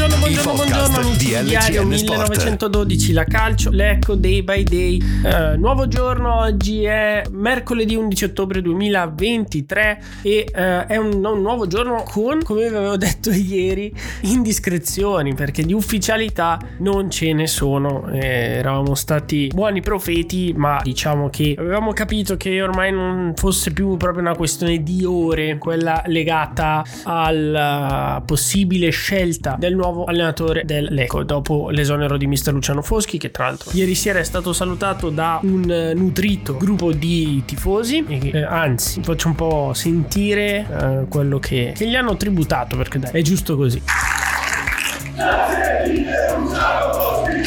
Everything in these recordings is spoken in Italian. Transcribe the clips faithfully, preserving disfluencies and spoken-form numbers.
buongiorno, buongiorno, buongiorno amici di Diario millenovecentododici, la calcio, Lecco Day by Day. Uh, nuovo giorno, oggi è mercoledì undici ottobre duemilaventitré e uh, è un, un nuovo giorno con, come vi avevo detto ieri, indiscrezioni, perché di ufficialità non ce ne sono. Eh, eravamo stati buoni profeti, ma diciamo che avevamo capito che ormai non fosse più proprio una questione di ore, quella legata alla possibile scelta del nuovo allenatore del Lecco dopo l'esonero di mister Luciano Foschi, che tra l'altro ieri sera è stato salutato da un nutrito gruppo di tifosi e, eh, anzi faccio un po' sentire eh, quello che, che gli hanno tributato, perché dai, è giusto così. Grazie mille Luciano Foschi.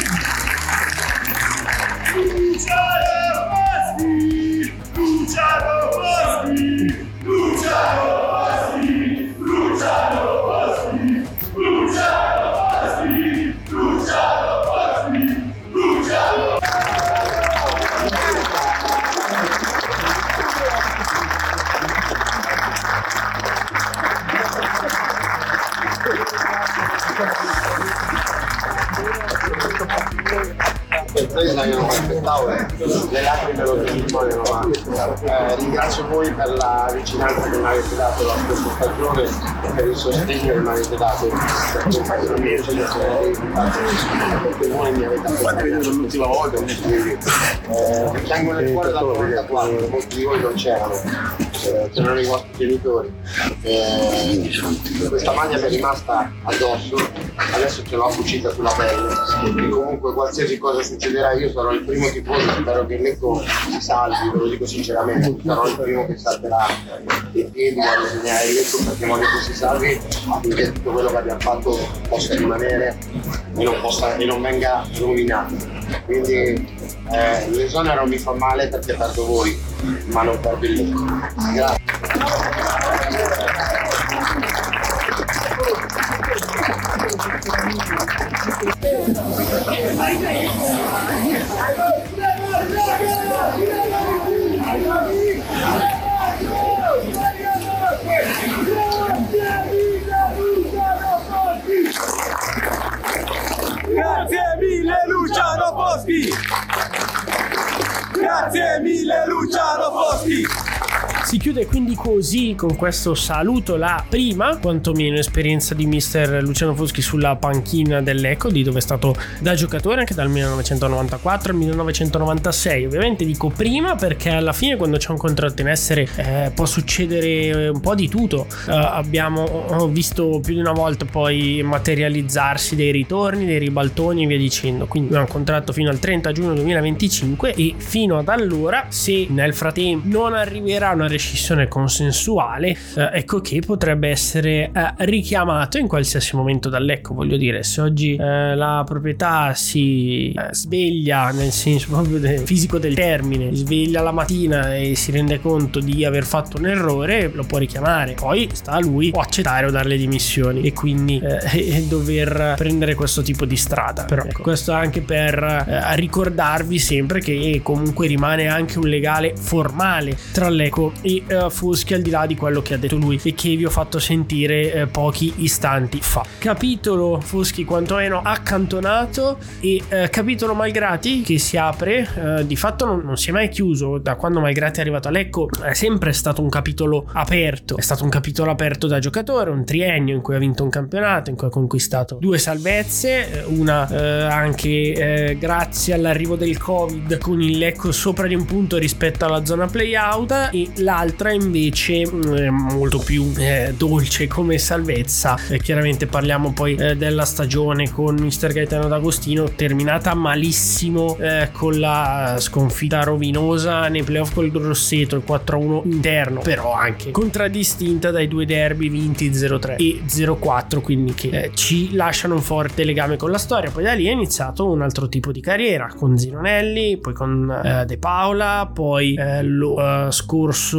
Luciano Foschi. Luciano Foschi. Luciano Foschi. Luciano Foschi. Luciano Foschi. Luciano Foschi. Luciano. Sorpresa che non mi aspettavo, le lacrime lo testimoniano, ma eh, ringrazio voi per la vicinanza che mi avete dato la scorsa stagione e per il sostegno che mi avete dato, perché non mi riesco perché voi mi avete accompagnato l'ultima volta, eh, mi tengo nel cuore dal novantquattro, molti di voi non c'erano, eh, c'erano i vostri genitori, eh, questa maglia mi è rimasta addosso, adesso ce l'ho cucita sulla pelle e comunque qualsiasi cosa succederà io sarò il primo tifoso, spero che il Lecco si salvi, ve lo dico sinceramente, sarò il primo che salterà i piedi quando segnare il Lecco, perché voglio che si salvi affinché tutto quello che abbiamo fatto possa rimanere e non, possa, e non venga rovinato. Quindi eh, l'esonero mi fa male perché perdo voi, ma non perdo il Lecco. Grazie. Grazie mille Luciano Foschi! Grazie mille Luciano Foschi! Si chiude quindi così, con questo saluto, la prima, quantomeno, esperienza di mister Luciano Foschi sulla panchina del Lecco, di dove è stato da giocatore anche dal millenovecentonovantaquattro al millenovecentonovantasei. Ovviamente dico prima perché alla fine, quando c'è un contratto in essere, eh, può succedere un po' di tutto. Uh, abbiamo visto più di una volta poi materializzarsi dei ritorni, dei ribaltoni e via dicendo. Quindi è un contratto fino al trenta giugno duemilaventicinque e fino ad allora, se nel frattempo non arriverà una rescissione consensuale, eh, ecco che potrebbe essere eh, richiamato in qualsiasi momento dal Lecco. Voglio dire, se oggi eh, la proprietà si eh, sveglia, nel senso proprio del fisico del termine, si sveglia la mattina e si rende conto di aver fatto un errore, lo può richiamare. Poi sta a lui o accettare o dare le dimissioni e quindi eh, dover prendere questo tipo di strada. Però ecco, questo anche per eh, ricordarvi sempre che comunque rimane anche un legale formale tra Lecco e uh, Foschi, al di là di quello che ha detto lui e che vi ho fatto sentire eh, pochi istanti fa. Capitolo Foschi quantomeno accantonato e eh, capitolo Malgrati che si apre, eh, di fatto non, non si è mai chiuso. Da quando Malgrati è arrivato a Lecco è sempre stato un capitolo aperto, è stato un capitolo aperto da giocatore, un triennio in cui ha vinto un campionato, in cui ha conquistato due salvezze, una eh, anche eh, grazie all'arrivo del Covid, con il Lecco sopra di un punto rispetto alla zona playout, e l'altra invece eh, molto più eh, dolce come salvezza. Eh, chiaramente parliamo poi eh, della stagione con mister Gaetano D'Agostino, terminata malissimo eh, con la sconfitta rovinosa nei playoff col Grosseto, il quattro a uno interno, però anche contraddistinta dai due derby vinti zero tre e zero quattro, quindi che eh, ci lasciano un forte legame con la storia. Poi da lì è iniziato un altro tipo di carriera con Zinonelli, poi con eh, De Paola, poi eh, lo uh, scorso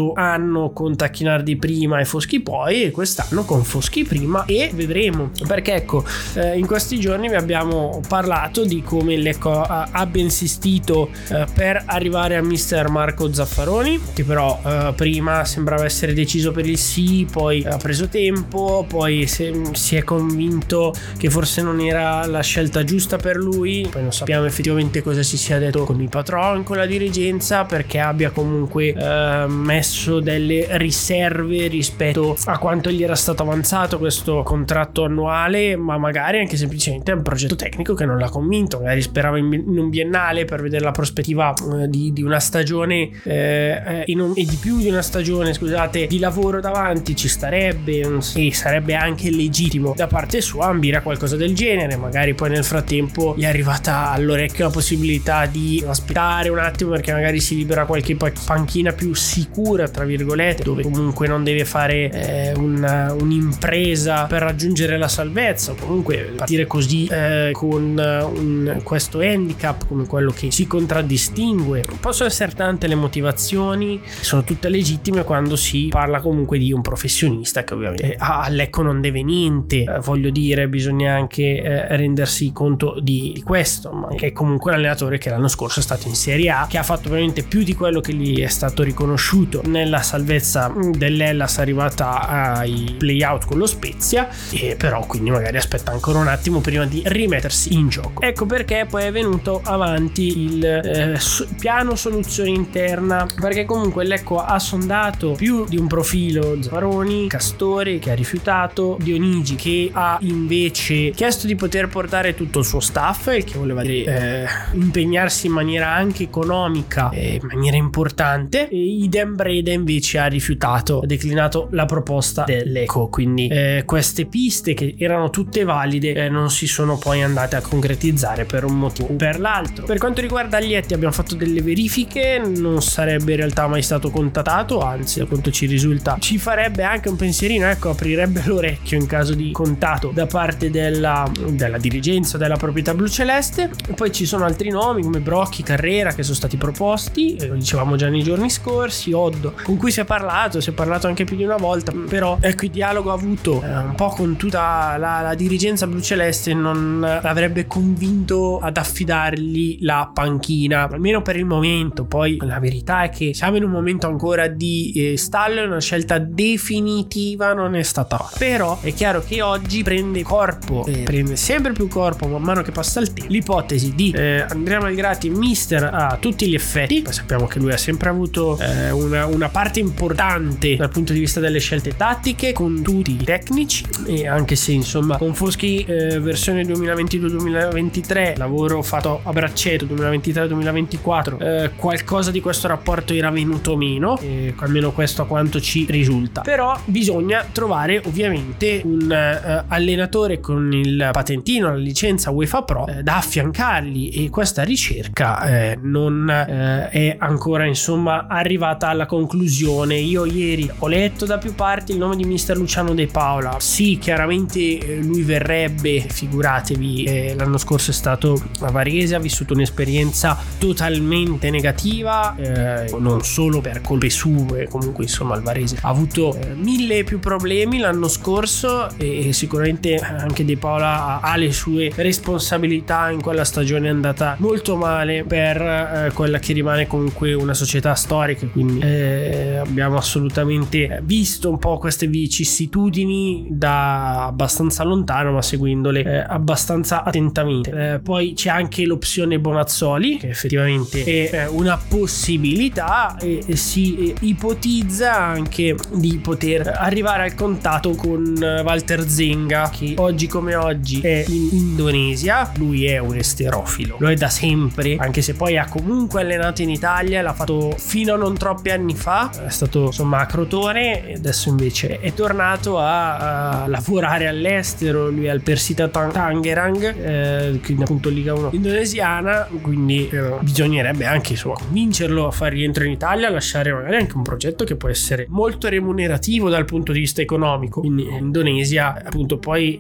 scorso anno con Tacchinardi prima e Foschi poi, e quest'anno con Foschi prima, e vedremo, perché ecco eh, in questi giorni vi abbiamo parlato di come il Lecco abbia insistito eh, per arrivare a mister Marco Zaffaroni, che però eh, prima sembrava essere deciso per il sì, poi ha preso tempo, poi se, si è convinto che forse non era la scelta giusta per lui, poi non sappiamo effettivamente cosa si sia detto con i patron, con la dirigenza, perché abbia comunque eh, messo delle riserve rispetto a quanto gli era stato avanzato questo contratto annuale, ma magari anche semplicemente è un progetto tecnico che non l'ha convinto, magari sperava in, in un biennale per vedere la prospettiva eh, di, di una stagione eh, in un, e di più di una stagione, scusate, di lavoro davanti, ci starebbe e sarebbe anche legittimo da parte sua ambire a qualcosa del genere. Magari poi nel frattempo gli è arrivata all'orecchio la possibilità di aspettare un attimo, perché magari si libera qualche panchina più sicura, tra virgolette, dove comunque non deve fare eh, una, un'impresa per raggiungere la salvezza, o comunque partire così eh, con un, questo handicap come quello che si contraddistingue. Possono essere tante le motivazioni, sono tutte legittime quando si parla comunque di un professionista che ovviamente a Lecco non deve niente, eh, voglio dire, bisogna anche eh, rendersi conto di, di questo, ma che è comunque un allenatore che l'anno scorso è stato in Serie A, che ha fatto veramente più di quello che gli è stato riconosciuto nella salvezza dell'Hellas arrivata ai playout con lo Spezia, e però quindi magari aspetta ancora un attimo prima di rimettersi in gioco. Ecco perché poi è venuto avanti il eh, piano soluzione interna, perché comunque Lecco ha sondato più di un profilo: Zaffaroni, Castori che ha rifiutato, Dionigi che ha invece chiesto di poter portare tutto il suo staff, e che voleva dire eh, impegnarsi in maniera anche economica e in maniera importante, e idem Breda invece ha rifiutato, ha declinato la proposta dell'Lecco. Quindi eh, queste piste, che erano tutte valide, eh, non si sono poi andate a concretizzare per un motivo o per l'altro. Per quanto riguarda Aglietti abbiamo fatto delle verifiche, non sarebbe in realtà mai stato contattato, anzi da quanto ci risulta ci farebbe anche un pensierino, ecco, aprirebbe l'orecchio in caso di contatto da parte della, della dirigenza della proprietà bluceleste. Poi ci sono altri nomi come Brocchi, Carrera che sono stati proposti, lo dicevamo già nei giorni scorsi, Oddo con cui si è parlato, si è parlato anche più di una volta, però ecco il dialogo avuto eh, un po' con tutta la, la dirigenza bluceleste non avrebbe convinto ad affidargli la panchina, almeno per il momento. Poi la verità è che siamo in un momento ancora di eh, stallo, una scelta definitiva non è stata fatta, però è chiaro che oggi prende corpo, eh, prende sempre più corpo man mano che passa il tempo, l'ipotesi di eh, Andrea Malgrati mister a tutti gli effetti. Poi sappiamo che lui ha sempre avuto eh, una, una parte importante dal punto di vista delle scelte tattiche con tutti i tecnici, e anche se insomma con Foschi eh, versione duemilaventidue duemilaventitré, lavoro fatto a braccetto duemilaventitré duemilaventiquattro, eh, qualcosa di questo rapporto era venuto meno, eh, almeno questo a quanto ci risulta. Però bisogna trovare ovviamente un eh, allenatore con il patentino, la licenza UEFA Pro eh, da affiancargli, e questa ricerca eh, non eh, è ancora insomma arrivata alla conclusione. Io ieri ho letto da più parti il nome di mister Luciano De Paola. Sì, chiaramente eh, lui verrebbe, figuratevi, eh, l'anno scorso è stato a Varese, ha vissuto un'esperienza totalmente negativa, eh, non solo per colpe sue, comunque insomma il Varese ha avuto eh, mille più problemi l'anno scorso, e sicuramente anche De Paola ha, ha le sue responsabilità in quella stagione andata molto male per eh, quella che rimane comunque una società storica. Quindi eh, abbiamo assolutamente visto un po' queste vicissitudini da abbastanza lontano, ma seguendole eh, abbastanza attentamente. Eh, poi c'è anche l'opzione Bonazzoli, che effettivamente è eh, una possibilità, e, e si eh, ipotizza anche di poter arrivare al contatto con eh, Walter Zenga, che oggi come oggi è in Indonesia. Lui è un esterofilo, lo è da sempre, anche se poi ha comunque allenato in Italia, l'ha fatto fino a non troppi anni fa, è stato insomma a Crotone, e adesso invece è tornato a, a lavorare all'estero. Lui è al Persita Tangerang, eh, quindi appunto Liga uno indonesiana, quindi eh, bisognerebbe anche insomma convincerlo a fare rientro in Italia, a lasciare magari anche un progetto che può essere molto remunerativo dal punto di vista economico. Quindi in Indonesia appunto poi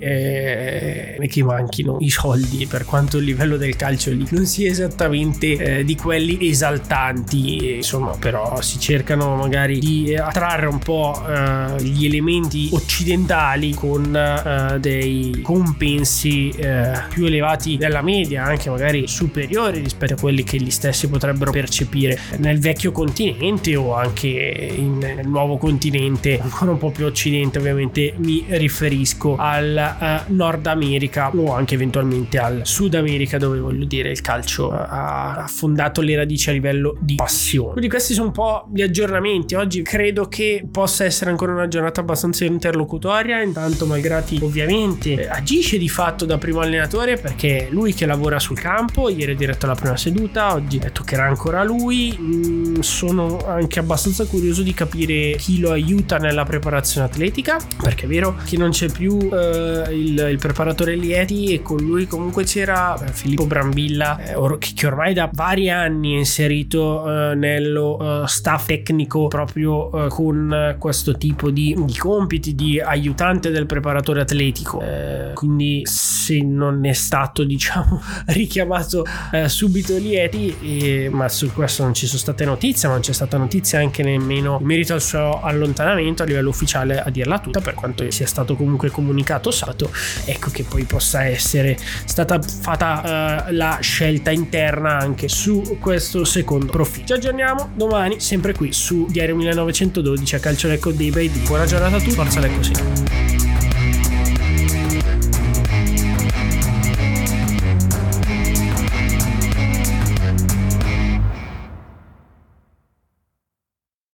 eh, è che manchino i soldi, per quanto il livello del calcio lì non sia esattamente eh, di quelli esaltanti, e, insomma, però si cerca cercano magari di attrarre un po' eh, gli elementi occidentali con eh, dei compensi eh, più elevati della media, anche magari superiori rispetto a quelli che gli stessi potrebbero percepire nel vecchio continente o anche in, nel nuovo continente ancora un po' più occidente. Ovviamente mi riferisco al uh, Nord America o anche eventualmente al Sud America, dove voglio dire il calcio uh, ha affondato le radici a livello di passione. Quindi questi sono un po' gli aggiornamenti. Oggi credo che possa essere ancora una giornata abbastanza interlocutoria. Intanto Malgrati ovviamente eh, agisce di fatto da primo allenatore, perché è lui che lavora sul campo. Ieri ha diretto la prima seduta, oggi eh, toccherà ancora a lui. mm, sono anche abbastanza curioso di capire chi lo aiuta nella preparazione atletica, perché è vero che non c'è più eh, il, il preparatore Lieti, e con lui comunque c'era eh, Filippo Brambilla eh, or- che ormai da vari anni è inserito eh, nello eh, staff tecnico proprio eh, con questo tipo di, di compiti di aiutante del preparatore atletico, eh, quindi se non è stato diciamo richiamato eh, subito Lieti, e, ma su questo non ci sono state notizie, ma non c'è stata notizia anche nemmeno in merito al suo allontanamento a livello ufficiale, a dirla tutta, per quanto sia stato comunque comunicato sabato. Ecco che poi possa essere stata fatta uh, la scelta interna anche su questo secondo profilo. Ci aggiorniamo domani sempre qui su Diario millenovecentododici a Calcio Lecco Day by Day. Buona giornata a tutti, forza Lecco sì.